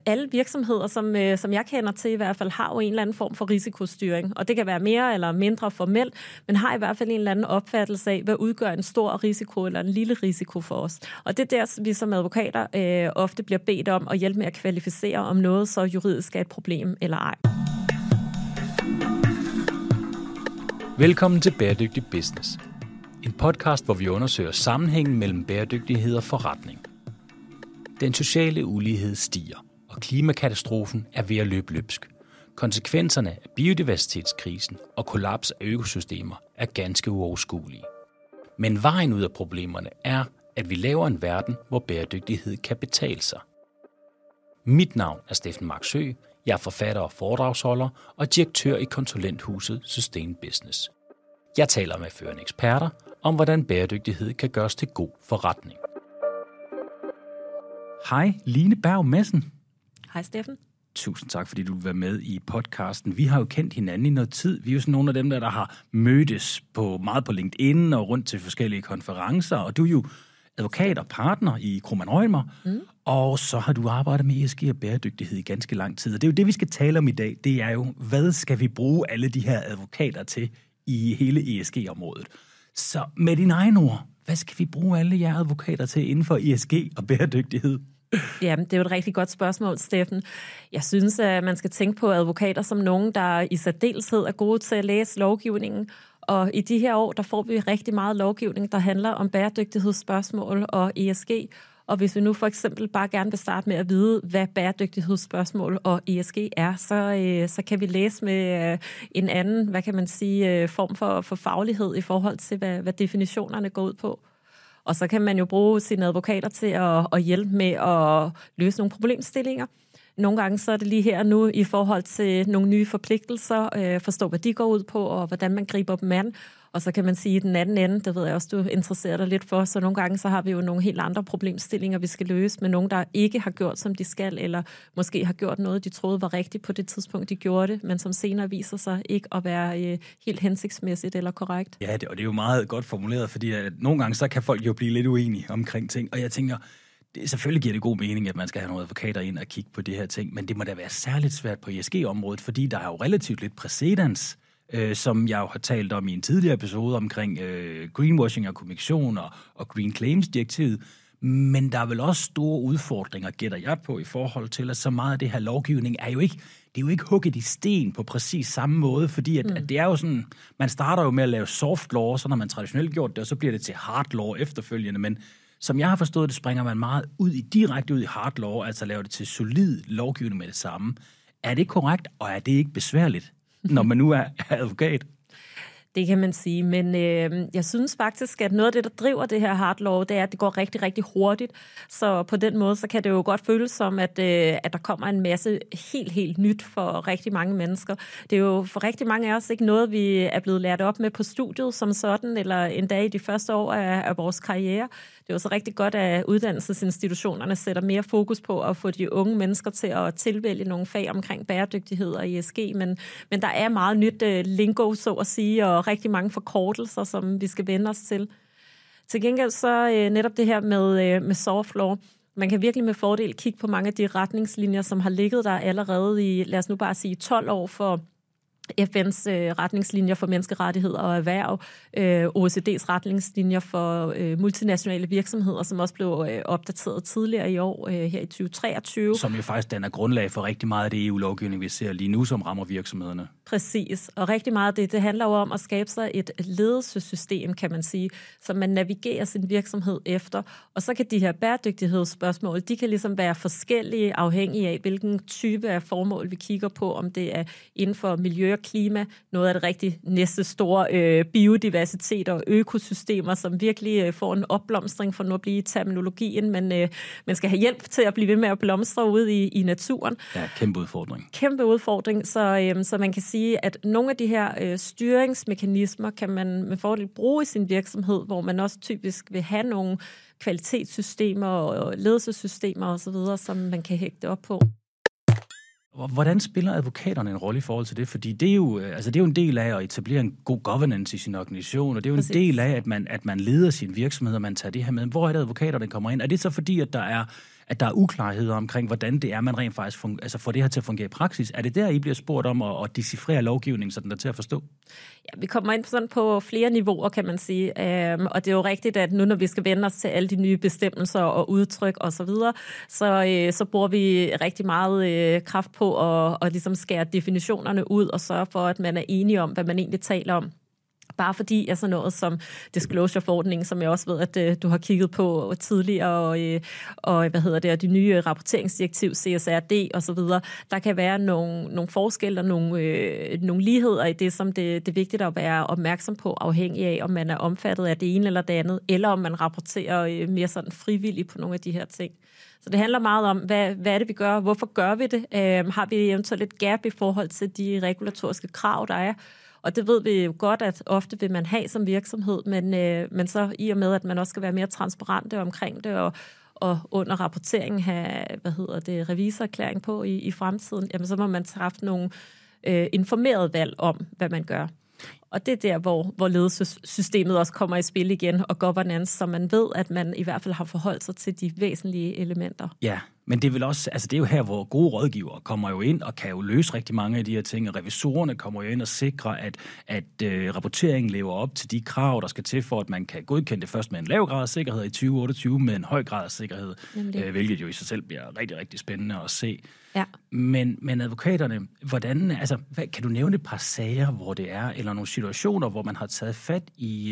Alle virksomheder, som jeg kender til i hvert fald, har jo en eller anden form for risikostyring. Og det kan være mere eller mindre formelt, men har i hvert fald en eller anden opfattelse af, hvad udgør en stor risiko eller en lille risiko for os. Og det er der, vi som advokater ofte bliver bedt om at hjælpe med at kvalificere, om noget så juridisk er et problem eller ej. Velkommen til Bæredygtig Business. En podcast, hvor vi undersøger sammenhængen mellem bæredygtighed og forretning. Den sociale ulighed stiger, og klimakatastrofen er ved at løbe løbsk. Konsekvenserne af biodiversitetskrisen og kollaps af økosystemer er ganske uoverskuelige. Men vejen ud af problemerne er, at vi laver en verden, hvor bæredygtighed kan betale sig. Mit navn er Steffen Marksø. Jeg er forfatter og foredragsholder og direktør i konsulenthuset Sustain Business. Jeg taler med førende eksperter om, hvordan bæredygtighed kan gøres til god forretning. Hej, Line Berg Madsen. Hej, Steffen. Tusind tak, fordi du vil være med i podcasten. Vi har jo kendt hinanden i noget tid. Vi er jo sådan nogle af dem, der har mødtes meget på LinkedIn og rundt til forskellige konferencer. Og du er jo advokat og partner i Kromann Reumert. Og så har du arbejdet med ESG og bæredygtighed i ganske lang tid. Og det er jo det, vi skal tale om i dag. Det er jo, hvad skal vi bruge alle de her advokater til i hele ESG-området? Så med dine egne ord, hvad skal vi bruge alle jer advokater til inden for ESG og bæredygtighed? Ja, det er jo et rigtig godt spørgsmål, Steffen. Jeg synes, at man skal tænke på advokater som nogen, der i særdeleshed er gode til at læse lovgivningen. Og i de her år, der får vi rigtig meget lovgivning, der handler om bæredygtighedsspørgsmål og ESG. Og hvis vi nu for eksempel bare gerne vil starte med at vide, hvad bæredygtighedsspørgsmål og ESG er, så kan vi læse med en anden, form for faglighed i forhold til, hvad definitionerne går ud på. Og så kan man jo bruge sine advokater til at hjælpe med at løse nogle problemstillinger. Nogle gange så er det lige her nu i forhold til nogle nye forpligtelser, forstå hvad de går ud på, og hvordan man griber dem an. Og så kan man sige, at den anden ende, det ved jeg også, du interesserer dig lidt for, så nogle gange så har vi jo nogle helt andre problemstillinger, vi skal løse med nogen, der ikke har gjort, som de skal, eller måske har gjort noget, de troede var rigtigt på det tidspunkt, de gjorde det, men som senere viser sig ikke at være helt hensigtsmæssigt eller korrekt. Ja, og det er jo meget godt formuleret, fordi at nogle gange så kan folk jo blive lidt uenige omkring ting, og jeg tænker, selvfølgelig giver det god mening, at man skal have nogle advokater ind og kigge på det her ting, men det må da være særligt svært på ESG-området, fordi der er jo relativt lidt præcedens, som jeg jo har talt om i en tidligere episode omkring greenwashing og kommission og Green Claims-direktivet. Men der er vel også store udfordringer, gætter jeg på, i forhold til, at så meget af det her lovgivning er jo ikke hugget i sten på præcis samme måde, fordi at det er jo sådan, man starter jo med at lave soft law, så når man traditionelt gjort det, og så bliver det til hard law efterfølgende, men som jeg har forstået det, springer man meget direkte ud i hard law, altså laver det til solid lovgivning med det samme. Er det korrekt, og er det ikke besværligt, når man nu er advokat? Det kan man sige, men jeg synes faktisk, at noget af det, der driver det her hard law, det er, at det går rigtig, rigtig hurtigt. Så på den måde, så kan det jo godt føles som, at der kommer en masse helt nyt for rigtig mange mennesker. Det er jo for rigtig mange af os ikke noget, vi er blevet lært op med på studiet som sådan, eller endda i de første år af vores karriere. Det er jo så rigtig godt, at uddannelsesinstitutionerne sætter mere fokus på at få de unge mennesker til at tilvælge nogle fag omkring bæredygtighed og ESG, men der er meget nyt lingo, så at sige, og rigtig mange forkortelser, som vi skal vende os til. Til gengæld så netop det her med soft law. Man kan virkelig med fordel kigge på mange af de retningslinjer, som har ligget der allerede i, lad os nu bare sige, 12 år for FN's retningslinjer for menneskerettigheder og erhverv, OECD's retningslinjer for multinationale virksomheder, som også blev opdateret tidligere i år, her i 2023. Som jo faktisk danner grundlag for rigtig meget af det EU-lovgivning, vi ser lige nu, som rammer virksomhederne. Præcis, og rigtig meget af det handler jo om at skabe sig et ledelsessystem, kan man sige, som man navigerer sin virksomhed efter. Og så kan de her bæredygtighedsspørgsmål, de kan ligesom være forskellige afhængige af, hvilken type af formål vi kigger på, om det er inden for miljø og klima, noget af det rigtig næste store biodiversitet og økosystemer, som virkelig får en opblomstring for nu at blive i terminologien, men man skal have hjælp til at blive ved med at blomstre ude i naturen. Ja, kæmpe udfordring. Kæmpe udfordring, så man kan sige, at nogle af de her styringsmekanismer kan man med fordel bruge i sin virksomhed, hvor man også typisk vil have nogle kvalitetssystemer og ledelsessystemer osv., som man kan hægte op på. Hvordan spiller advokaterne en rolle i forhold til det? Fordi det er jo en del af at etablere en god governance i sin organisation, og det er jo en del af, at man leder sin virksomhed, og man tager det her med. Hvor er det advokaterne kommer ind? Er det så fordi, at der er at der er uklarheder omkring, hvordan det er, man rent faktisk får det her til at fungere i praksis. Er det der, I bliver spurgt om at decifrere lovgivningen, så den er til at forstå? Ja, vi kommer ind sådan på flere niveauer, kan man sige. Og det er jo rigtigt, at nu når vi skal vende os til alle de nye bestemmelser og udtryk osv., så bruger vi rigtig meget kraft på at ligesom skære definitionerne ud og sørge for, at man er enige om, hvad man egentlig taler om. Bare fordi altså noget som disclosure-forordningen, som jeg også ved, at du har kigget på tidligere, og de nye rapporteringsdirektiv, CSRD og så videre, der kan være nogle forskelle og nogle ligheder i det, som det er vigtigt at være opmærksom på, afhængig af, om man er omfattet af det ene eller det andet, eller om man rapporterer mere sådan frivilligt på nogle af de her ting. Så det handler meget om, hvad er det, vi gør, hvorfor gør vi det? Har vi eventuelt et gap i forhold til de regulatoriske krav, der er? Og det ved vi jo godt, at ofte vil man have som virksomhed, men så i og med, at man også skal være mere transparente omkring det, og under rapporteringen have, revisorerklæring på i fremtiden, jamen så må man træffe nogle informerede valg om, hvad man gør. Og det er der, hvor ledelsessystemet også kommer i spil igen, og governance, så man ved, at man i hvert fald har forholdt sig til de væsentlige elementer. Ja, men det er vel også, altså det er jo her, hvor gode rådgivere kommer jo ind og kan jo løse rigtig mange af de her ting, og revisorerne kommer jo ind og sikrer, at rapporteringen lever op til de krav, der skal til for, at man kan godkende det først med en lav grad af sikkerhed i 2028, med en høj grad af sikkerhed, hvilket jo i sig selv bliver rigtig, rigtig spændende at se. Ja. Men advokaterne, kan du nævne et par sager, hvor det er, eller nogle situationer, hvor man har taget fat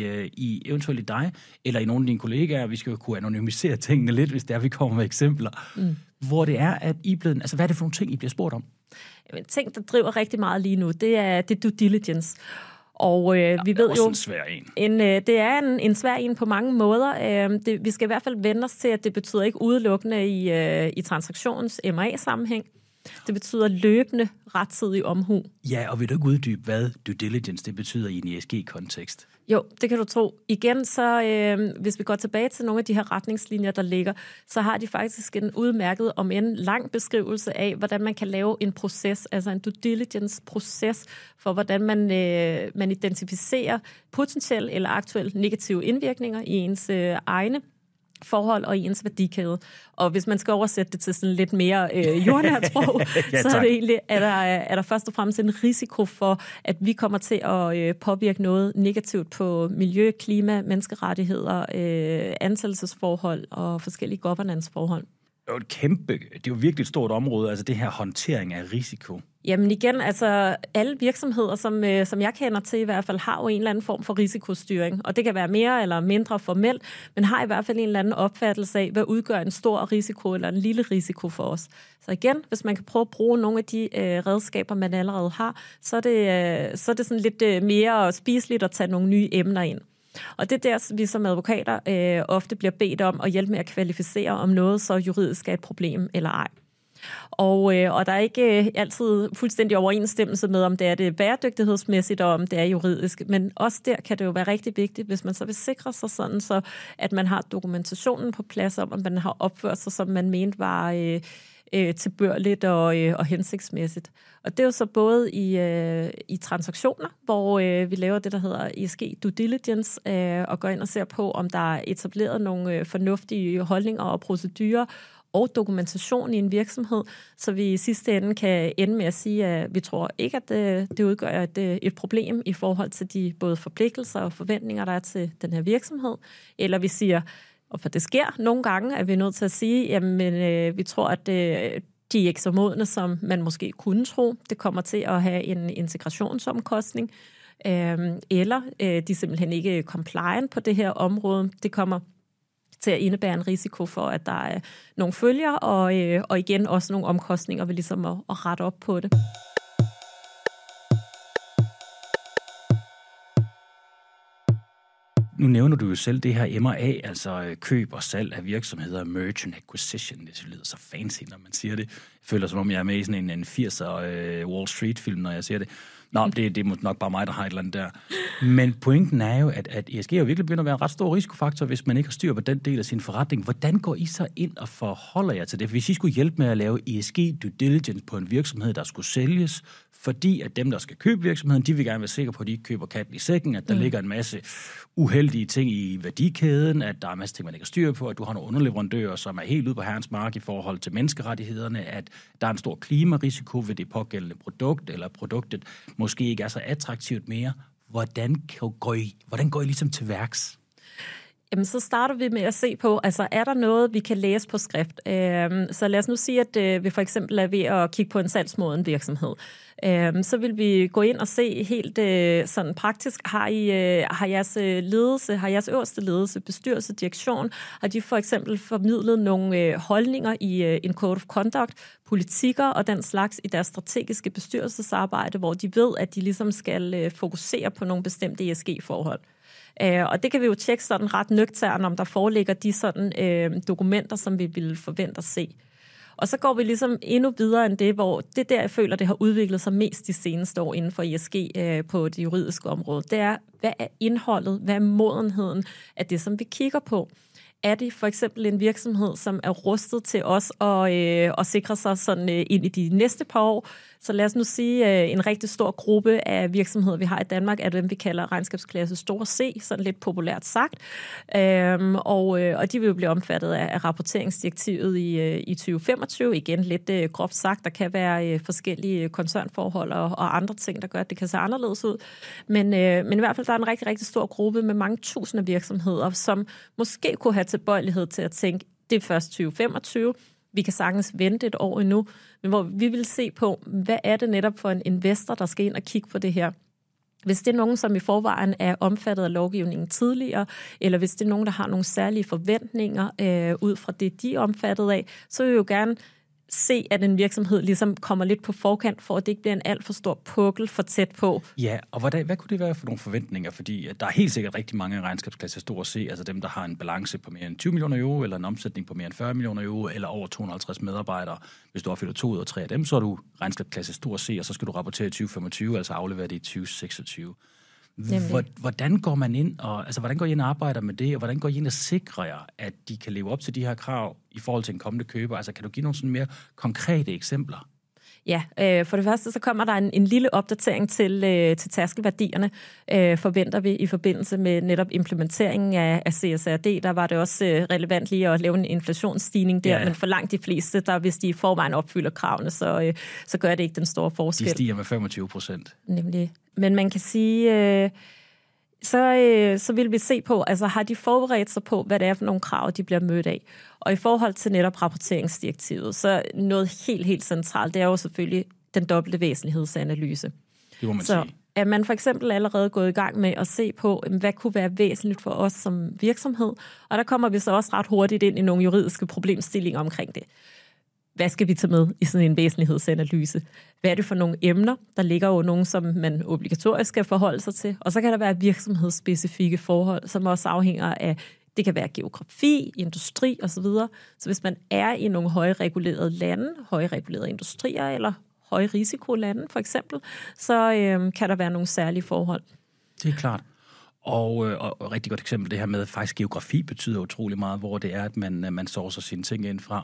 i eventuelt i dig, eller i nogle af dine kollegaer, vi skal jo kunne anonymisere tingene lidt, hvis det er, vi kommer med eksempler, hvor det er, at I blevet, altså hvad er det for nogle ting, I bliver spurgt om? Jamen, ting, der driver rigtig meget lige nu, det er due diligence. Og vi ved jo, en svær en. Det er en svær en på mange måder. Vi skal i hvert fald vende os til, at det betyder ikke udelukkende i transaktionens M&A-sammenhæng. Det betyder løbende rettidig omhu. Ja, og vil du ikke uddybe, hvad due diligence det betyder i en ESG-kontekst? Jo, det kan du tro. Igen, så hvis vi går tilbage til nogle af de her retningslinjer, der ligger, så har de faktisk en udmærket, om en lang beskrivelse af, hvordan man kan lave en proces, altså en due diligence-proces, for hvordan man identificerer potentielle eller aktuelle negative indvirkninger i ens egne forhold og i ens værdikæde. Og hvis man skal oversætte det til sådan lidt mere jordnært sprog, så er det egentlig, er der først og fremmest en risiko for, at vi kommer til at påvirke noget negativt på miljø, klima, menneskerettigheder, ansættelsesforhold og forskellige governance-forhold. Det er jo virkelig et stort område, altså det her håndtering af risiko. Jamen igen, altså alle virksomheder, som jeg kender til i hvert fald, har jo en eller anden form for risikostyring. Og det kan være mere eller mindre formelt, men har i hvert fald en eller anden opfattelse af, hvad udgør en stor risiko eller en lille risiko for os. Så igen, hvis man kan prøve at bruge nogle af de redskaber, man allerede har, så er det sådan lidt mere spiseligt at tage nogle nye emner ind. Og det er der, vi som advokater ofte bliver bedt om at hjælpe med at kvalificere, om noget så juridisk er et problem eller ej. Og der er ikke altid fuldstændig overensstemmelse med, om det er det bæredygtighedsmæssigt, og om det er juridisk. Men også der kan det jo være rigtig vigtigt, hvis man så vil sikre sig sådan, så at man har dokumentationen på plads om, at man har opført sig, som man mente var tilbørligt og hensigtsmæssigt. Og det er jo så både i transaktioner, hvor vi laver det, der hedder ESG due diligence, og går ind og ser på, om der er etableret nogle fornuftige holdninger og procedurer, og dokumentation i en virksomhed, så vi i sidste ende kan ende med at sige, at vi tror ikke, at det udgør et problem i forhold til de både forpligtelser og forventninger, der er til den her virksomhed. Eller vi siger, og for det sker nogle gange, at vi er nødt til at sige, jamen vi tror, at de er ikke så modne, som man måske kunne tro. Det kommer til at have en integrationsomkostning, eller de er simpelthen ikke compliant på det her område. Det kommer til at indebære en risiko for, at der er nogle følger, og igen også nogle omkostninger ved ligesom at rette op på det. Nu nævner du jo selv det her M&A, altså køb og salg af virksomheder, merge and acquisition. Det lyder så fancy, når man siger det. Jeg føler, som om jeg er med i sådan en 80'er Wall Street-film, når jeg siger det. Nå, det er nok bare mig, der har et eller andet der. Men pointen er jo, at ESG jo virkelig begynder at være en ret stor risikofaktor, hvis man ikke har styr på den del af sin forretning. Hvordan går I så ind og forholder jer til det? Hvis I skulle hjælpe med at lave ESG due diligence på en virksomhed, der skulle sælges, fordi at dem, der skal købe virksomheden, de vil gerne være sikre på, at de ikke køber katten i sækken, at der ligger en masse uheldige uheldige ting i værdikæden, at der er en masse ting, man ikke har styr på, at du har nogle underleverandører, som er helt ude på herrens mark i forhold til menneskerettighederne, at der er en stor klimarisiko ved det pågældende produkt, eller produktet måske ikke er så attraktivt mere. Hvordan går I ligesom til værks? Jamen, så starter vi med at se på, altså er der noget, vi kan læse på skrift? Så lad os nu sige, at vi for eksempel er ved at kigge på en salgsmoden virksomhed. Så vil vi gå ind og se helt sådan praktisk, har jeres ledelse, har jeres øverste ledelse, bestyrelse, direktion, har de for eksempel formidlet nogle holdninger i en code of conduct, politikker og den slags i deres strategiske bestyrelsesarbejde, hvor de ved, at de ligesom skal fokusere på nogle bestemte ESG-forhold. Og det kan vi jo tjekke sådan ret nøgternt, om der foreligger de sådan dokumenter, som vi vil forvente at se. Og så går vi ligesom endnu videre end det, hvor det der, jeg føler, det har udviklet sig mest de seneste år inden for ESG på det juridiske område. Det er, hvad er indholdet, hvad er modenheden af det, som vi kigger på? Er det for eksempel en virksomhed, som er rustet til os at sikre sig sådan ind i de næste par år? Så lad os nu sige, en rigtig stor gruppe af virksomheder, vi har i Danmark, er dem, vi kalder regnskabsklasse store C, sådan lidt populært sagt. Og de vil jo blive omfattet af rapporteringsdirektivet i 2025. Igen lidt groft sagt, der kan være forskellige koncernforhold og andre ting, der gør, at det kan se anderledes ud. Men i hvert fald, der er en rigtig, rigtig stor gruppe med mange tusinde virksomheder, som måske kunne have tilbøjelighed til at tænke, det er først 2025, vi kan sagtens vente et år endnu, men hvor vi vil se på, hvad er det netop for en investor, der skal ind og kigge på det her. Hvis det er nogen, som i forvejen er omfattet af lovgivningen tidligere, eller hvis det er nogen, der har nogle særlige forventninger ud fra det, de er omfattet af, så vil vi jo gerne se, at en virksomhed ligesom kommer lidt på forkant, for at det ikke bliver en alt for stor pukkel for tæt på. Ja, og hvad kunne det være for nogle forventninger? Fordi der er helt sikkert rigtig mange regnskabsklasser store C, altså dem, der har en balance på mere end 20 millioner euro, eller en omsætning på mere end 40 millioner euro, eller over 250 medarbejdere. Hvis du opfylder 2 ud af 3 af dem, så er du regnskabsklasse store C, og så skal du rapportere i 2025, altså aflevere det i 2026. Hvordan går man ind hvordan går I ind og arbejder med det, og hvordan går I ind og sikrer jer, at de kan leve op til de her krav i forhold til en kommende køber? Altså kan du give nogle sådan mere konkrete eksempler? Ja, for det første så kommer der en lille opdatering til tærskelværdierne, forventer vi i forbindelse med netop implementeringen af CSRD. Der var det også relevant lige at lave en inflationsstigning der, men for langt de fleste, der hvis de i forvejen opfylder kravene, så gør det ikke den store forskel. De stiger med 25%. Nemlig. Men man kan sige, så vil vi se på, altså har de forberedt sig på, hvad det er for nogle krav, de bliver mødt af. Og i forhold til netop rapporteringsdirektivet, så noget helt centralt, det er jo selvfølgelig den dobbelte væsentlighedsanalyse. Det må man sige. Er man for eksempel allerede gået i gang med at se på, hvad kunne være væsentligt for os som virksomhed, og der kommer vi så også ret hurtigt ind i nogle juridiske problemstillinger omkring det. Hvad skal vi tage med i sådan en væsentlighedsanalyse? Hvad er det for nogle emner? Der ligger jo nogle, som man obligatorisk skal forholde sig til. Og så kan der være virksomhedsspecifikke forhold, som også afhænger af, det kan være geografi, industri osv. Så hvis man er i nogle højregulerede lande, højregulerede industrier eller højrisikolande for eksempel, så kan der være nogle særlige forhold. Det er klart. Og rigtig godt eksempel, det her med, faktisk geografi betyder utrolig meget, hvor det er, at man sourcer sine ting indfra.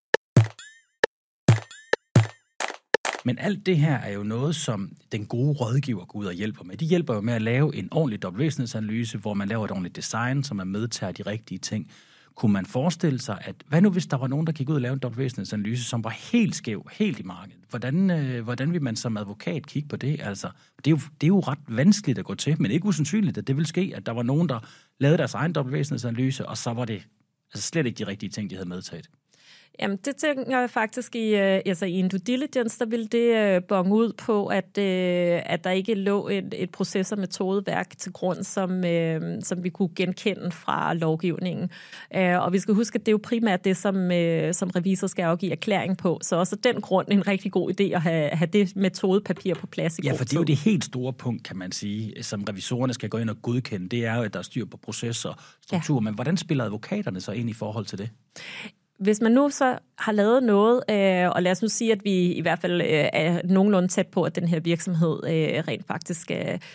Men alt det her er jo noget, som den gode rådgiver går ud og hjælper med. De hjælper jo med at lave en ordentlig dobbeltvæsentlighedsanalyse, hvor man laver et ordentligt design, som er medtager de rigtige ting. Kunne man forestille sig, at hvad nu hvis der var nogen, der gik ud og lavede en dobbeltvæsentlighedsanalyse, som var helt skæv, helt i markedet? Hvordan vil man som advokat kigge på det? Altså, det er jo ret vanskeligt at gå til, men ikke usandsynligt, at det vil ske, at der var nogen, der lavede deres egen dobbeltvæsentlighedsanalyse, og så var det slet ikke de rigtige ting, de havde medtaget. Jamen, det tænker jeg faktisk i en due diligence, der ville det bonge ud på, at der ikke lå et proces- og metodeværk til grund, som vi kunne genkende fra lovgivningen. Og vi skal huske, at det er jo primært det, som revisor skal afgive erklæring på. Så også den grund en rigtig god idé at have det metodepapir på plads i god tid. Ja, for det er jo det helt store punkt, kan man sige, som revisorerne skal gå ind og godkende. Det er jo, at der er styr på proces og struktur. Ja. Men hvordan spiller advokaterne så ind i forhold til det? hvis man nu så har lavet noget, og lad os nu sige, at vi i hvert fald er nogenlunde tæt på, at den her virksomhed rent faktisk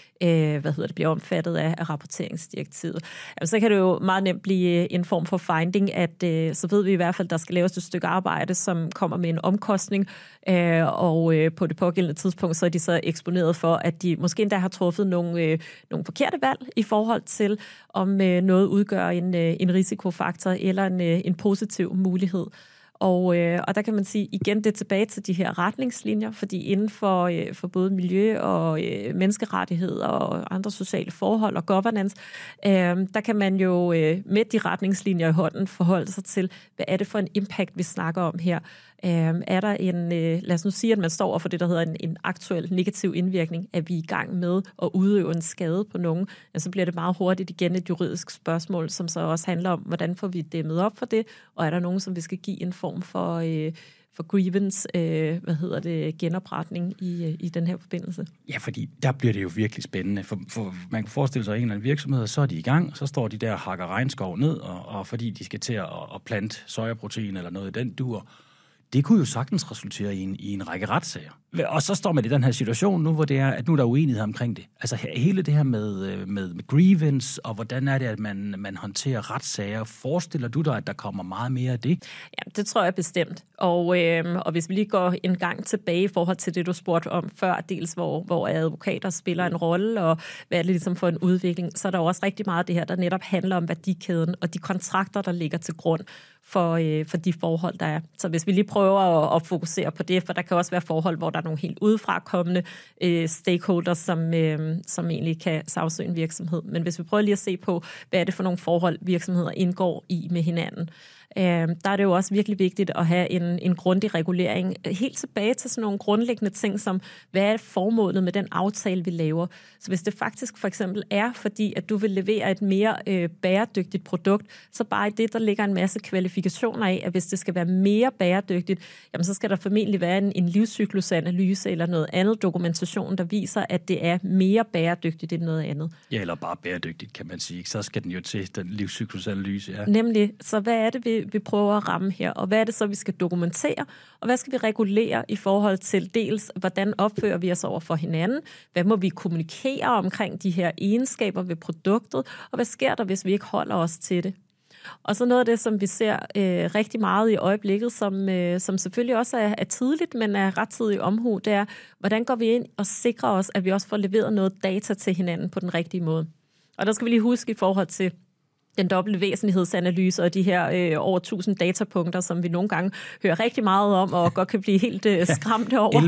bliver omfattet af rapporteringsdirektivet, så kan det jo meget nemt blive en form for finding, at så ved vi i hvert fald, at der skal laves et stykke arbejde, som kommer med en omkostning, og på det pågældende tidspunkt, så er de så eksponeret for, at de måske endda har truffet nogle forkerte valg i forhold til, om noget udgør en risikofaktor eller en positiv mulighed. Og der kan man sige, igen, det er tilbage til de her retningslinjer, fordi inden for både miljø og menneskerettigheder og andre sociale forhold og governance, der kan man jo med de retningslinjer i hånden forholde sig til, hvad er det for en impact, vi snakker om her. Er der lad os nu sige, at man står over for det, der hedder en aktuel negativ indvirkning, at vi er i gang med at udøve en skade på nogen, så bliver det meget hurtigt igen et juridisk spørgsmål, som så også handler om, hvordan får vi dæmmet op for det, og er der nogen, som vi skal give en form for grievance, genopretning i den her forbindelse? Ja, fordi der bliver det jo virkelig spændende, for man kan forestille sig, at en eller anden virksomhed, så er de i gang, så står de der og hakker regnskov ned, og fordi de skal til at plante sojaprotein eller noget i den dur. Det kunne jo sagtens resultere i en række retssager. Og så står man i den her situation nu, hvor det er, at nu er der uenighed omkring det. Altså hele det her med grievance, og hvordan er det, at man håndterer retssager. Forestiller du dig, at der kommer meget mere af det? Ja, det tror jeg bestemt. Og hvis vi lige går en gang tilbage i forhold til det, du spurgte om før, dels hvor advokater spiller en rolle, og hvad er det ligesom for en udvikling, så er der også rigtig meget af det her, der netop handler om værdikæden og de kontrakter, der ligger til grund for de forhold, der er. Så hvis vi lige prøver at fokusere på det, for der kan også være forhold, hvor der er nogle helt udefrakommende stakeholders, som egentlig kan sagsøge en virksomhed. Men hvis vi prøver lige at se på, hvad er det for nogle forhold, virksomheder indgår i med hinanden, der er det jo også virkelig vigtigt at have en grundig regulering. Helt tilbage til sådan nogle grundlæggende ting, som hvad er formålet med den aftale, vi laver. Så hvis det faktisk for eksempel er, fordi at du vil levere et mere bæredygtigt produkt, så bare i det, der ligger en masse kvalifikationer af, at hvis det skal være mere bæredygtigt, jamen så skal der formentlig være en livscyklusanalyse eller noget andet dokumentation, der viser, at det er mere bæredygtigt end noget andet. Ja, eller bare bæredygtigt, kan man sige. Så skal den jo til den livscyklusanalyse. Ja. Nemlig. Så hvad er det, vi prøver at ramme her, og hvad er det så, vi skal dokumentere, og hvad skal vi regulere i forhold til dels, hvordan opfører vi os over for hinanden, hvad må vi kommunikere omkring de her egenskaber ved produktet, og hvad sker der, hvis vi ikke holder os til det. Og så noget af det, som vi ser rigtig meget i øjeblikket, som selvfølgelig også er tidligt, men er rettidig omhu, det er, hvordan går vi ind og sikrer os, at vi også får leveret noget data til hinanden på den rigtige måde. Og der skal vi lige huske i forhold til den dobbelte væsentlighedsanalyse og de her over 1000 datapunkter, som vi nogle gange hører rigtig meget om, og godt kan blive helt skræmte over.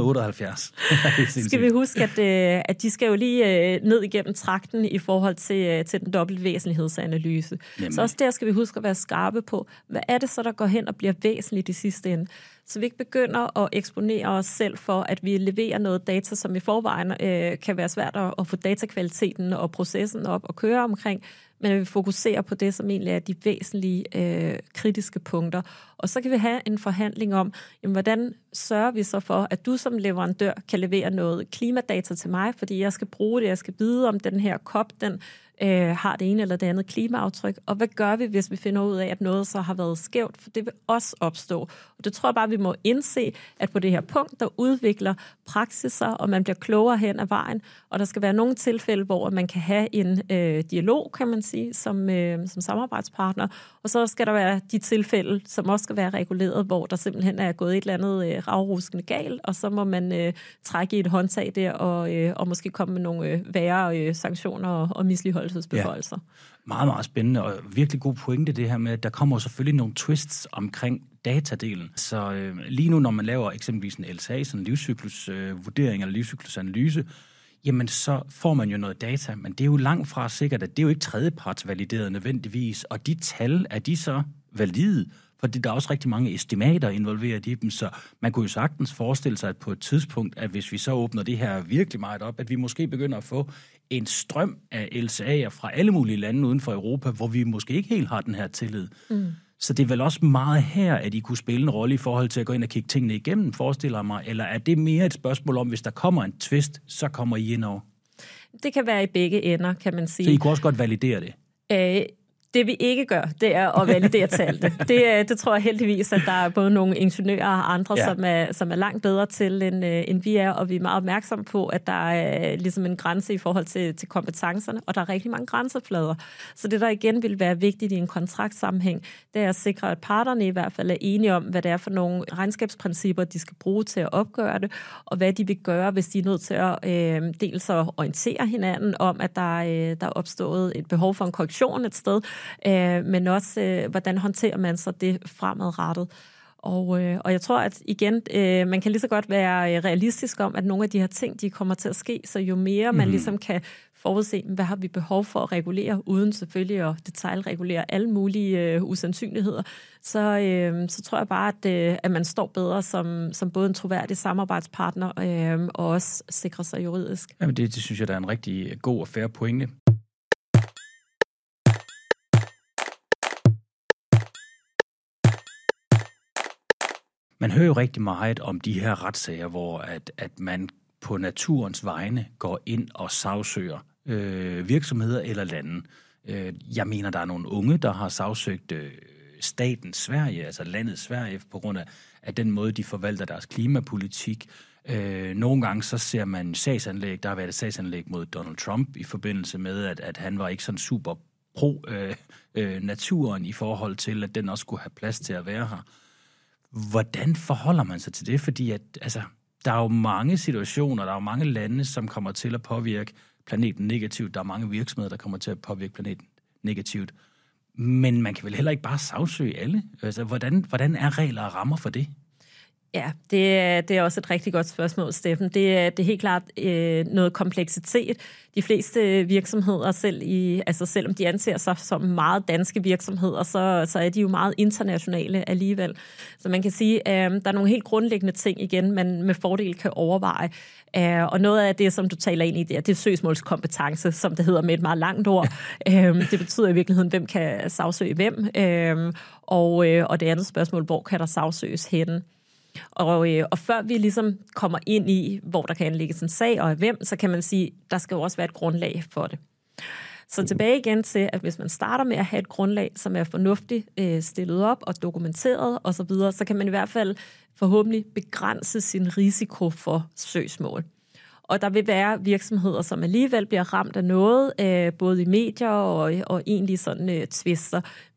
1178. Skal vi huske, at de skal jo lige ned igennem trakten i forhold til den dobbelte væsentlighedsanalyse. Jamen. Så også der skal vi huske at være skarpe på, hvad er det så, der går hen og bliver væsentligt i sidste ende. Så vi ikke begynder at eksponere os selv for, at vi leverer noget data, som i forvejen kan være svært at få datakvaliteten og processen op og køre omkring, men vi fokuserer på det, som egentlig er de væsentlige kritiske punkter. Og så kan vi have en forhandling om, jamen, hvordan sørger vi så for, at du som leverandør kan levere noget klimadata til mig, fordi jeg skal bruge det, jeg skal vide, om den her kop, den har det ene eller det andet klimaaftryk, og hvad gør vi, hvis vi finder ud af, at noget så har været skævt, for det vil også opstå. Og det tror jeg bare, vi må indse, at på det her punkt, der udvikler praksiser, og man bliver klogere hen ad vejen, og der skal være nogle tilfælde, hvor man kan have en dialog, kan man sige, som samarbejdspartner, og så skal der være de tilfælde, som også skal være reguleret, hvor der simpelthen er gået et eller andet ravruskende galt, og så må man trække i et håndtag der, og måske komme med nogle værre sanktioner og misligholdelsesbeføjelser. Ja. Meget, meget spændende, og virkelig god pointe det her med, at der kommer selvfølgelig nogle twists omkring datadelen. Så lige nu, når man laver eksempelvis en LCA, sådan en livscyklusvurdering eller livscyklusanalyse, jamen så får man jo noget data, men det er jo langt fra sikkert, at det er jo ikke tredjepartsvalideret nødvendigvis, og de tal, er de så valide? Fordi der er også rigtig mange estimater involveret i dem, så man kunne jo sagtens forestille sig, at på et tidspunkt, at hvis vi så åbner det her virkelig meget op, at vi måske begynder at få en strøm af LCA'er fra alle mulige lande uden for Europa, hvor vi måske ikke helt har den her tillid. Mm. Så det er vel også meget her, at I kunne spille en rolle i forhold til at gå ind og kigge tingene igennem, forestiller mig, eller er det mere et spørgsmål om, hvis der kommer en twist, så kommer I ind over? Det kan være i begge ender, kan man sige. Så I kunne også godt validere det? Det vi ikke gør, det er at validere tallene. Det tror jeg heldigvis, at der er både nogle ingeniører og andre, som er langt bedre til, end vi er, og vi er meget opmærksomme på, at der er ligesom en grænse i forhold til kompetencerne, og der er rigtig mange grænseflader. Så det, der igen vil være vigtigt i en kontraktsammenhæng, det er at sikre, at parterne i hvert fald er enige om, hvad det er for nogle regnskabsprincipper, de skal bruge til at opgøre det, og hvad de vil gøre, hvis de er nødt til at dels at orientere hinanden om, at der er opstået et behov for en korrektion et sted, men også, hvordan håndterer man så det fremadrettet. Og jeg tror, at igen, man kan lige så godt være realistisk om, at nogle af de her ting, de kommer til at ske, så jo mere man ligesom kan forudse, hvad har vi behov for at regulere, uden selvfølgelig at detaljregulere alle mulige usandsynligheder, så tror jeg bare, at man står bedre som både en troværdig samarbejdspartner og også sikrer sig juridisk. Jamen det synes jeg, der er en rigtig god og fair pointe. Man hører jo rigtig meget om de her retssager, hvor at man på naturens vegne går ind og sagsøger virksomheder eller lande. Jeg mener, der er nogle unge, der har sagsøgt staten Sverige, altså landet Sverige, på grund af den måde, de forvalter deres klimapolitik. Nogle gange så ser man sagsanlæg, der har været et sagsanlæg mod Donald Trump i forbindelse med, at han var ikke sådan super pro naturen i forhold til, at den også skulle have plads til at være her. Hvordan forholder man sig til det? Fordi der er jo mange situationer, der er jo mange lande, som kommer til at påvirke planeten negativt. Der er mange virksomheder, der kommer til at påvirke planeten negativt. Men man kan vel heller ikke bare sagsøge alle? Altså, hvordan er regler og rammer for det? Ja, det er også et rigtig godt spørgsmål, Steffen. Det er helt klart noget kompleksitet. De fleste virksomheder, selvom de anser sig som meget danske virksomheder, så er de jo meget internationale alligevel. Så man kan sige, at der er nogle helt grundlæggende ting igen, man med fordel kan overveje. Og noget af det, som du taler ind i, det er søgsmålskompetence, som det hedder med et meget langt ord. Det betyder i virkeligheden, hvem kan sagsøge hvem. Og det andet spørgsmål, hvor kan der sagsøges henne? Og før vi ligesom kommer ind i, hvor der kan anlægges en sag og af hvem, så kan man sige, der skal jo også være et grundlag for det. Så tilbage igen til, at hvis man starter med at have et grundlag, som er fornuftigt stillet op og dokumenteret osv., så kan man i hvert fald forhåbentlig begrænse sin risiko for søgsmål. Og der vil være virksomheder, som alligevel bliver ramt af noget, både i medier og egentlig sådan tvister.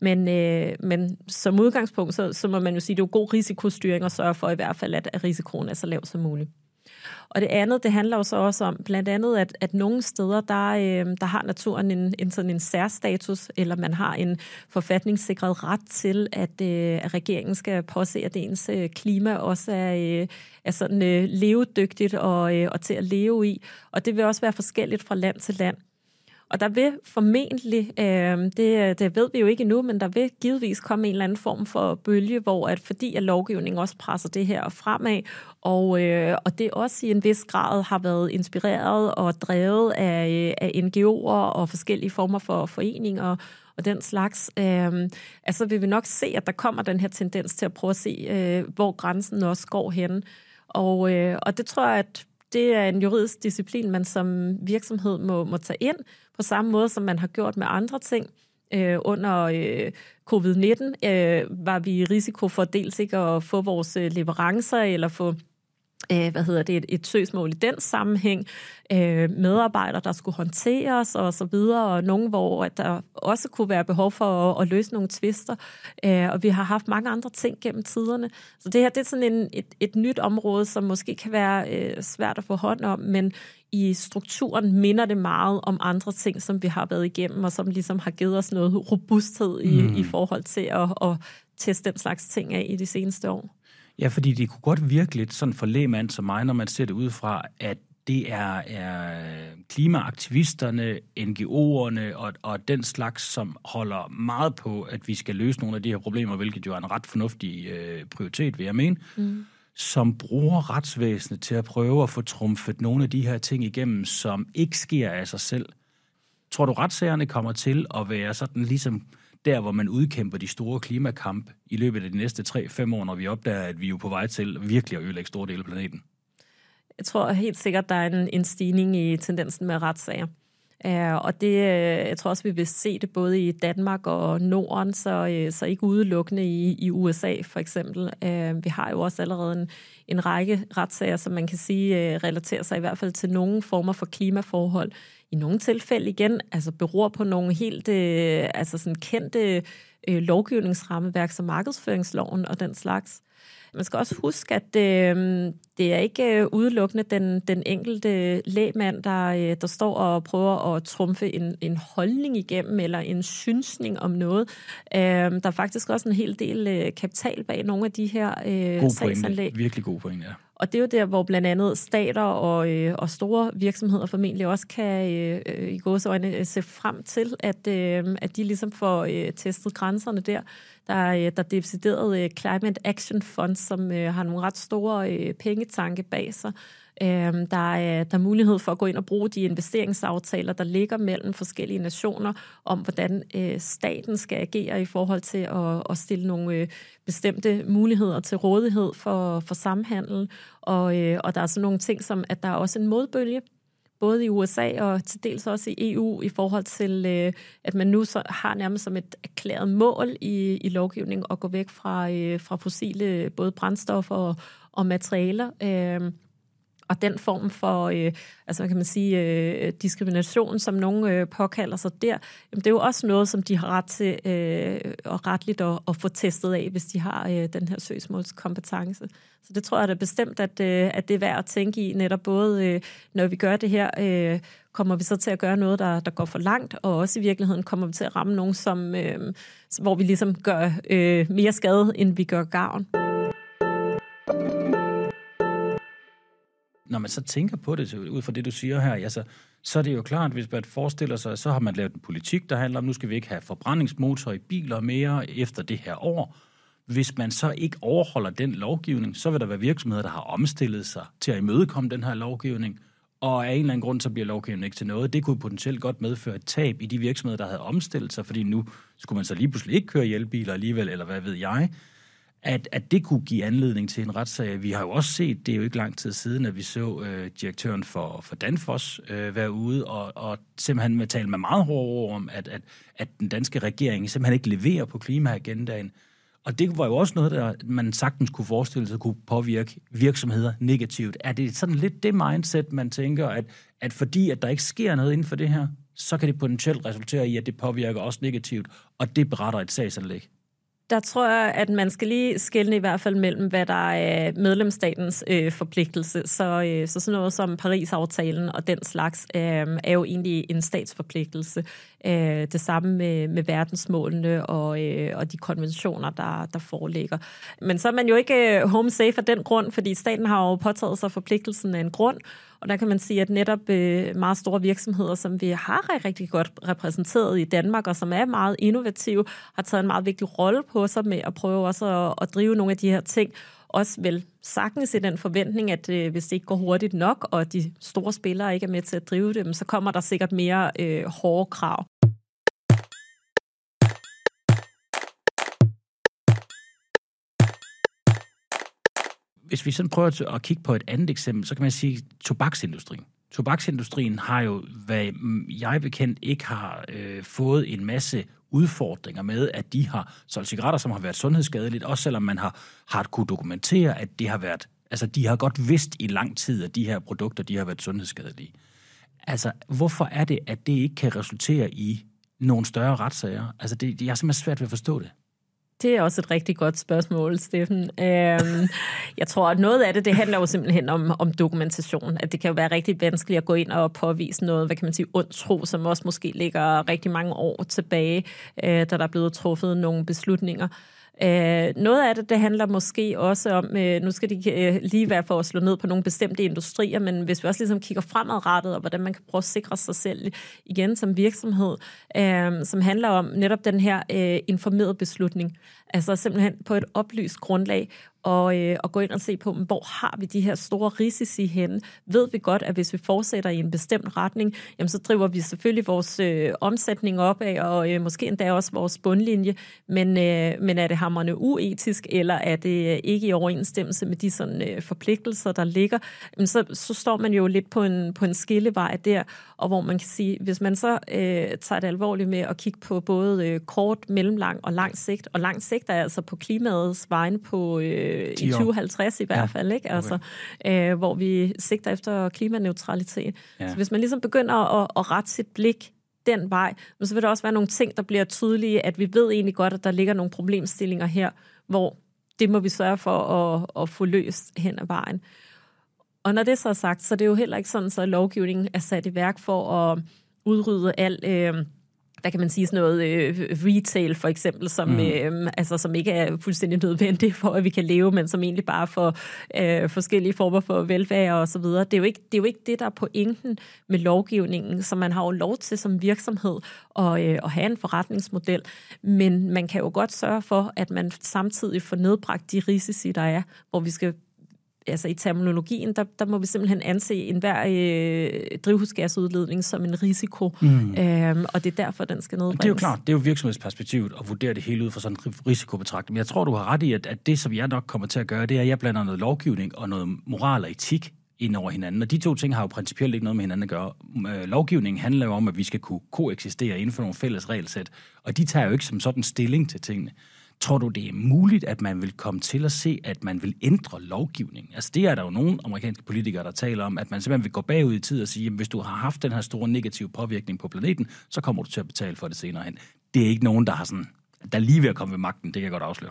Men som udgangspunkt, så må man jo sige, at det er jo god risikostyring at sørge for i hvert fald, at risikoen er så lav som muligt. Og det andet, det handler jo så også om blandt andet, at nogle steder, der har naturen en særstatus, eller man har en forfatningssikret ret til, at regeringen skal påse, at ens klima også er sådan levedygtigt og til at leve i. Og det vil også være forskelligt fra land til land. Og der vil formentlig, det ved vi jo ikke endnu, men der vil givetvis komme en eller anden form for bølge, hvor fordi lovgivningen også presser det her fremad, og det også i en vis grad har været inspireret og drevet af NGO'er og forskellige former for foreninger og den slags, altså vil vi nok se, at der kommer den her tendens til at prøve at se, hvor grænsen også går hen. Og det tror jeg, at det er en juridisk disciplin, man som virksomhed må tage ind, på samme måde, som man har gjort med andre ting. Under covid-19 var vi i risiko for dels ikke at få vores leverancer, eller få et søgsmål i den sammenhæng, medarbejdere, der skulle håndteres og så videre, og nogen, hvor der også kunne være behov for at løse nogle tvister, og vi har haft mange andre ting gennem tiderne. Så det her, det er sådan et nyt område, som måske kan være svært at få hånd om, men i strukturen minder det meget om andre ting, som vi har været igennem, og som ligesom har givet os noget robusthed i forhold til at teste den slags ting af i de seneste år. Ja, fordi det kunne godt virke lidt sådan for lægmand som mig, når man ser det udefra, at det er klimaaktivisterne, NGO'erne og den slags, som holder meget på, at vi skal løse nogle af de her problemer, hvilket jo er en ret fornuftig prioritet, vil jeg mene, som bruger retsvæsenet til at prøve at få trumfet nogle af de her ting igennem, som ikke sker af sig selv. Tror du, retssagerne kommer til at være sådan ligesom der, hvor man udkæmper de store klimakamp i løbet af de næste 3-5 år, når vi opdager, at vi er på vej til virkelig at ødelægge store dele af planeten? Jeg tror helt sikkert, der er en stigning i tendensen med retssager. Og det, jeg tror også, vi vil se det både i Danmark og Norden, så ikke udelukkende i USA for eksempel. Vi har jo også allerede en række retssager, som man kan sige relaterer sig i hvert fald til nogle former for klimaforhold. I nogle tilfælde igen, altså beror på nogle helt sådan kendte lovgivningsrammeværk som markedsføringsloven og den slags. Man skal også huske, at det er ikke udelukkende den enkelte lægmand, der står og prøver at trumfe en holdning igennem, eller en synsning om noget. Der er faktisk også en hel del kapital bag nogle af de her sagsanlæg. Virkelig god pointe, ja. Og det er jo der, hvor blandt andet stater og store virksomheder formentlig også kan i gåseøjne se frem til, at de ligesom får testet grænserne der. Der er decideret Climate Action Fund, som har nogle ret store pengetanke bag sig. Der er mulighed for at gå ind og bruge de investeringsaftaler, der ligger mellem forskellige nationer, om hvordan staten skal agere i forhold til at stille nogle bestemte muligheder til rådighed for samhandel. Og der er sådan nogle ting som, at der er også en modbølge, både i USA og til dels også i EU, i forhold til, at man nu så har nærmest som et erklæret mål i lovgivningen at gå væk fra fossile både brændstoffer og materialer. Og den form for, hvad kan man sige, diskrimination, som nogen påkalder sig der, jamen det er jo også noget, som de har ret til og retligt at få testet af, hvis de har den her søgsmålskompetence. Så det tror jeg da bestemt, at det er værd at tænke i, netop både, når vi gør det her, kommer vi så til at gøre noget, der går for langt, og også i virkeligheden kommer vi til at ramme nogen, hvor vi ligesom gør mere skade, end vi gør gavn. Når man så tænker på det, ud fra det, du siger her, altså, så er det jo klart, hvis man forestiller sig, så har man lavet en politik, der handler om, nu skal vi ikke have forbrændingsmotorer i biler mere efter det her år. Hvis man så ikke overholder den lovgivning, så vil der være virksomheder, der har omstillet sig til at imødekomme den her lovgivning, og af en eller anden grund, så bliver lovgivningen ikke til noget. Det kunne potentielt godt medføre et tab i de virksomheder, der havde omstillet sig, fordi nu skulle man så lige pludselig ikke køre i elbiler alligevel, eller hvad ved jeg. At det kunne give anledning til en retssag. Vi har jo også set, det er jo ikke lang tid siden, at vi så direktøren for Danfoss være ude og simpelthen tale med meget hårde ord om, at den danske regering simpelthen ikke leverer på klimaagendaen. Og det var jo også noget, der man sagtens kunne forestille sig kunne påvirke virksomheder negativt. Er det sådan lidt det mindset, man tænker, at fordi at der ikke sker noget inden for det her, så kan det potentielt resultere i, at det påvirker også negativt, og det beretter et sagsanlæg? Der tror jeg, at man skal lige skelne i hvert fald mellem, hvad der er medlemsstatens forpligtelse. Så sådan noget som Paris-aftalen og den slags er jo egentlig en statsforpligtelse. Det samme med verdensmålene og de konventioner, der foreligger. Men så er man jo ikke home safe af den grund, fordi staten har jo påtaget sig forpligtelsen af en grund. Og der kan man sige, at netop meget store virksomheder, som vi har rigtig godt repræsenteret i Danmark, og som er meget innovative, har taget en meget vigtig rolle på sig med at prøve også at drive nogle af de her ting. Også vel sagtens i den forventning, at hvis det ikke går hurtigt nok, og de store spillere ikke er med til at drive dem, så kommer der sikkert mere hårde krav. Hvis vi sådan prøver at kigge på et andet eksempel, så kan man sige tobaksindustrien. Tobaksindustrien har jo, hvad jeg bekendt, ikke har fået en masse udfordringer med, at de har solgt cigaretter, som har været sundhedsskadeligt, også selvom man har kunne dokumentere, at det har været, altså de har godt vidst i lang tid, at de her produkter, de har været sundhedsskadelige. Altså, hvorfor er det, at det ikke kan resultere i nogle større retssager? Altså, jeg er simpelthen svært ved at forstå det. Det er også et rigtig godt spørgsmål, Steffen. Jeg tror, at noget af det handler jo simpelthen om dokumentation. At det kan jo være rigtig vanskeligt at gå ind og påvise noget, hvad kan man sige, ondt tro, som også måske ligger rigtig mange år tilbage, da der er blevet truffet nogle beslutninger. Noget af det handler måske også om, nu skal det lige være for at slå ned på nogle bestemte industrier, men hvis vi også ligesom kigger fremadrettet, og hvordan man kan prøve at sikre sig selv igen som virksomhed, som handler om netop den her informerede beslutning. Altså simpelthen på et oplyst grundlag, og gå ind og se på, hvor har vi de her store risici henne. Ved vi godt, at hvis vi fortsætter i en bestemt retning, jamen så driver vi selvfølgelig vores omsætning opad, og måske endda også vores bundlinje, men er det hamrende uetisk, eller er det ikke i overensstemmelse med de sådan, forpligtelser, der ligger, jamen så står man jo lidt på en skillevej der, og hvor man kan sige, hvis man så tager det alvorligt med at kigge på både kort, mellemlang og lang sigt, og lang sigt er altså på klimaets vegne på i 2050 i hvert fald, ikke? Altså, hvor vi sigter efter klimaneutralitet. Ja. Så hvis man ligesom begynder at rette sit blik den vej, men så vil der også være nogle ting, der bliver tydelige, at vi ved egentlig godt, at der ligger nogle problemstillinger her, hvor det må vi sørge for at få løst hen ad vejen. Og når det så er sagt, så er det jo heller ikke sådan, så lovgivningen er sat i værk for at udrydde alt hvad kan man sige, sådan noget retail for eksempel, som ikke er fuldstændig nødvendigt for, at vi kan leve, men som egentlig bare for forskellige former for velvære og så videre. Det er jo ikke det, der er pointen med lovgivningen, så man har jo lov til som virksomhed at have en forretningsmodel, men man kan jo godt sørge for, at man samtidig får nedbragt de risici, der er, hvor vi skal altså i terminologien, der må vi simpelthen anse enhver drivhusgasudledning som en risiko, og det er derfor, den skal nedbringes. Det er jo klart, det er jo virksomhedsperspektivet at vurdere det hele ud fra sådan en risikobetragtning. Men jeg tror, du har ret i, at det, som jeg nok kommer til at gøre, det er, at jeg blander noget lovgivning og noget moral og etik ind over hinanden. Og de to ting har jo principielt ikke noget med hinanden at gøre. Lovgivningen handler jo om, at vi skal kunne koeksistere inden for nogle fælles regelsæt, og de tager jo ikke som sådan stilling til tingene. Tror du, det er muligt, at man vil komme til at se, at man vil ændre lovgivningen? Altså det er der jo nogle amerikanske politikere, der taler om, at man simpelthen vil gå bagud i tid og sige, at hvis du har haft den her store negative påvirkning på planeten, så kommer du til at betale for det senere hen. Det er ikke nogen, der er lige ved at komme ved magten, det kan jeg godt afsløre.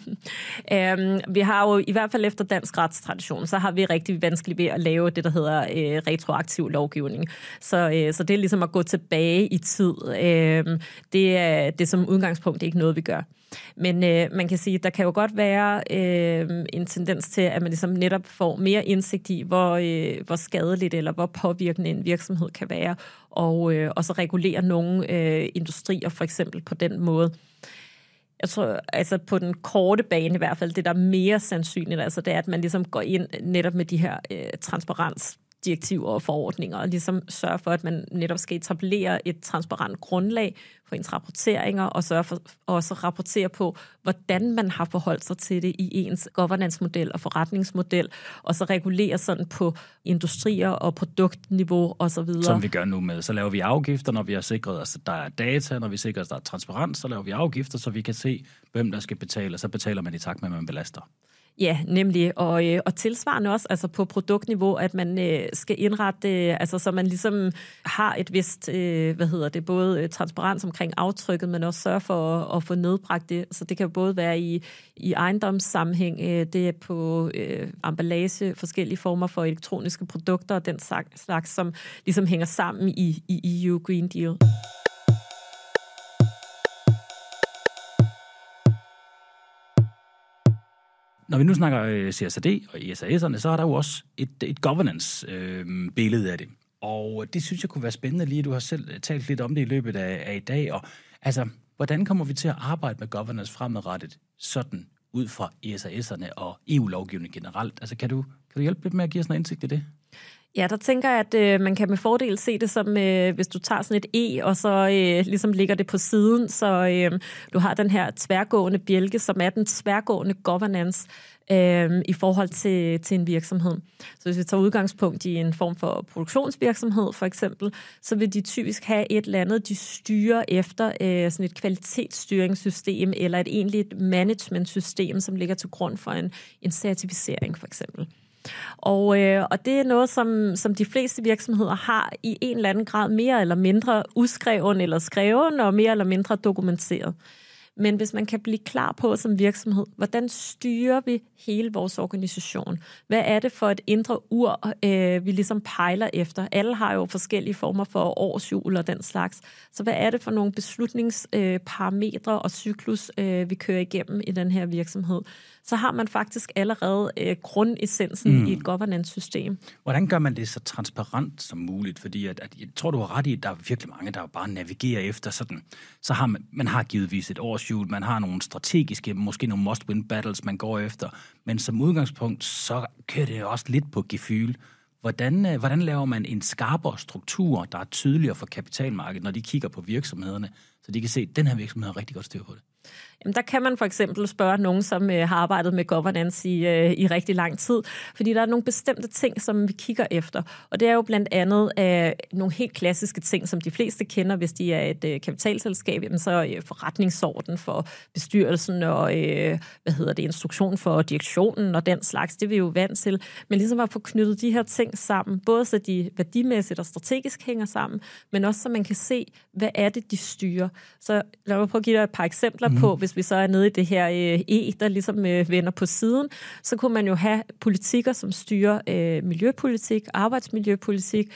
Vi har jo i hvert fald efter dansk retstradition, så har vi rigtig vanskeligt ved at lave det, der hedder retroaktiv lovgivning. Så det er ligesom at gå tilbage i tid. Det er som udgangspunkt ikke noget, vi gør. Men man kan sige, at der kan jo godt være en tendens til, at man ligesom netop får mere indsigt i, hvor skadeligt eller hvor påvirkende en virksomhed kan være, og så regulere nogle industrier for eksempel på den måde. Jeg tror, altså på den korte bane i hvert fald, det der er mere sandsynligt, altså det er, at man ligesom går ind netop med de her transparensdirektiver og forordninger, og ligesom sørger for, at man netop skal etablere et transparent grundlag for ens rapporteringer, og sørge for også at rapportere på, hvordan man har forholdt sig til det i ens governance-model og forretningsmodel, og så regulere sådan på industrier og produktniveau osv. Som vi gør nu med. Så laver vi afgifter, når vi har sikret os, at der er data, når vi sikrer os, at der er transparens, så laver vi afgifter, så vi kan se, hvem der skal betale, og så betaler man i takt med, at man belaster. Ja, nemlig. Og tilsvarende også altså på produktniveau, at man skal indrette altså så man ligesom har et vist, både transparens omkring aftrykket, men også sørge for at få nedbragt det. Så det kan både være i ejendomssammenhæng, det er på emballage, forskellige former for elektroniske produkter og den slags, som ligesom hænger sammen i EU Green Deal. Når vi nu snakker CSRD og ISAS'erne, så er der jo også et governance-billede af det. Og det synes jeg kunne være spændende lige, du har selv talt lidt om det i løbet af i dag. Og altså, hvordan kommer vi til at arbejde med governance fremadrettet, sådan ud fra ISAS'erne og EU-lovgivning generelt? Altså, kan du hjælpe lidt med at give os noget indsigt i det? Ja, der tænker jeg, at man kan med fordel se det som, hvis du tager sådan et og så ligesom ligger det på siden, så du har den her tværgående bjælke, som er den tværgående governance i forhold til en virksomhed. Så hvis vi tager udgangspunkt i en form for produktionsvirksomhed for eksempel, så vil de typisk have et eller andet, de styrer efter sådan et kvalitetsstyringssystem eller et egentligt managementsystem, som ligger til grund for en certificering for eksempel. Og det er noget, som de fleste virksomheder har i en eller anden grad mere eller mindre udskreven eller skreven og mere eller mindre dokumenteret. Men hvis man kan blive klar på som virksomhed, hvordan styrer vi hele vores organisation? Hvad er det for et indre ur, vi ligesom pejler efter? Alle har jo forskellige former for årshjul og den slags. Så hvad er det for nogle beslutningsparametre og cyklus, vi kører igennem i den her virksomhed? så har man faktisk allerede grundessensen i et governance-system. Hvordan gør man det så transparent som muligt? Fordi jeg tror, du har ret i, at der er virkelig mange, der bare navigerer efter sådan. Så har man har givetvis et årshjul, man har nogle strategiske, måske nogle must-win battles, man går efter, men som udgangspunkt, så kører det også lidt på gefyl. Hvordan laver man en skarpere struktur, der er tydeligere for kapitalmarkedet, når de kigger på virksomhederne, så de kan se, at den her virksomhed har rigtig godt styr på det? Jamen, der kan man for eksempel spørge nogen, som har arbejdet med governance i rigtig lang tid, fordi der er nogle bestemte ting, som vi kigger efter. Og det er jo blandt andet nogle helt klassiske ting, som de fleste kender, hvis de er et kapitalselskab, jamen så forretningsorden for bestyrelsen og instruktion for direktionen og den slags, det er vi jo vant til. Men ligesom at få knyttet de her ting sammen, både så de værdimæssigt og strategisk hænger sammen, men også så man kan se, hvad er det, de styrer. Så lad mig prøve at give dig et par eksempler på, hvis vi så er nede i det her der ligesom vender på siden, så kunne man jo have politikker, som styrer miljøpolitik, arbejdsmiljøpolitik,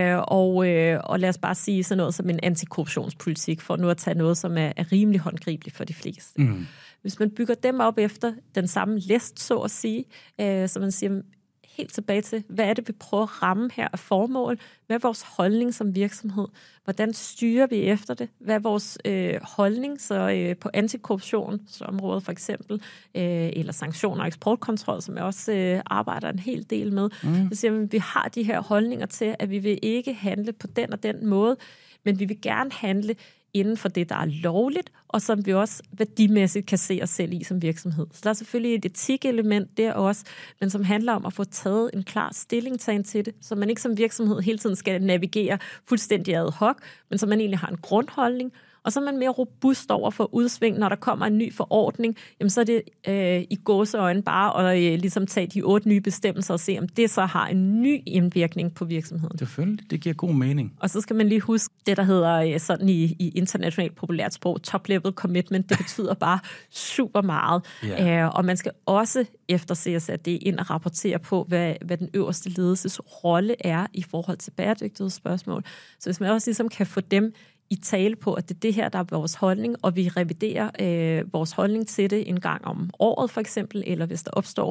og lad os bare sige sådan noget som en antikorruptionspolitik, for nu at tage noget, som er rimelig håndgribeligt for de fleste. Hvis man bygger dem op efter den samme læst, så at sige, så man siger helt tilbage til, hvad er det, vi prøver at ramme her af formål? Hvad er vores holdning som virksomhed? Hvordan styrer vi efter det? Hvad er vores holdning så på antikorruptionsområdet for eksempel, eller sanktioner og eksportkontrol, som jeg også arbejder en hel del med. Så siger vi har de her holdninger til, at vi vil ikke handle på den og den måde, men vi vil gerne handle inden for det, der er lovligt, og som vi også værdimæssigt kan se os selv i som virksomhed. Så der er selvfølgelig et etikelement der også, men som handler om at få taget en klar stillingtagen til det, så man ikke som virksomhed hele tiden skal navigere fuldstændig ad hoc, men så man egentlig har en grundholdning, og så er man mere robust over for udsving, når der kommer en ny forordning, jamen så er det i gåseøjne bare at ligesom tage de 8 nye bestemmelser og se, om det så har en ny indvirkning på virksomheden. Selvfølgelig, det giver god mening. Og så skal man lige huske det, der hedder sådan i internationalt populært sprog, top-level commitment, det betyder bare super meget. Yeah. Og man skal også efterse sig det ind og rapportere på, hvad den øverste ledelses rolle er i forhold til bæredygtighedsspørgsmål. Så hvis man også ligesom kan få dem i tale på, at det er det her, der er vores holdning, og vi reviderer vores holdning til det en gang om året for eksempel, eller hvis der opstår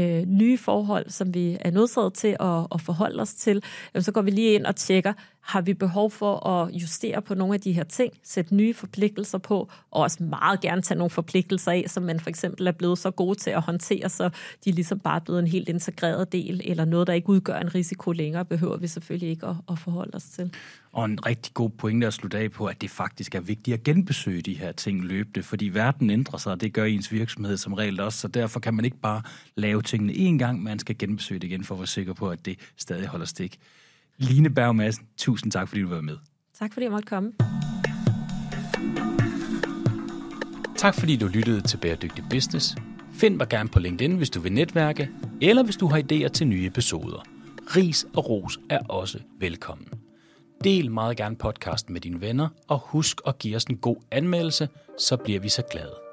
nye forhold, som vi er nødsaget til at forholde os til, så går vi lige ind og tjekker, har vi behov for at justere på nogle af de her ting, sætte nye forpligtelser på, og også meget gerne tage nogle forpligtelser af, som man for eksempel er blevet så gode til at håndtere, så de er ligesom bare blevet en helt integreret del, eller noget, der ikke udgør en risiko længere, behøver vi selvfølgelig ikke at forholde os til. Og en rigtig god pointe at slutte af på, at det faktisk er vigtigt at genbesøge de her ting løbende, fordi verden ændrer sig, og det gør ens virksomhed som regel også, så derfor kan man ikke bare lave tingene én gang, man skal genbesøge det igen for at være sikker på, at det stadig holder stik. Line Berg Madsen, tusind tak, fordi du var med. Tak, fordi jeg måtte komme. Tak, fordi du lyttede til Bæredygtig Business. Find mig gerne på LinkedIn, hvis du vil netværke, eller hvis du har idéer til nye episoder. Ris og ros er også velkommen. Del meget gerne podcasten med dine venner, og husk at give os en god anmeldelse, så bliver vi så glade.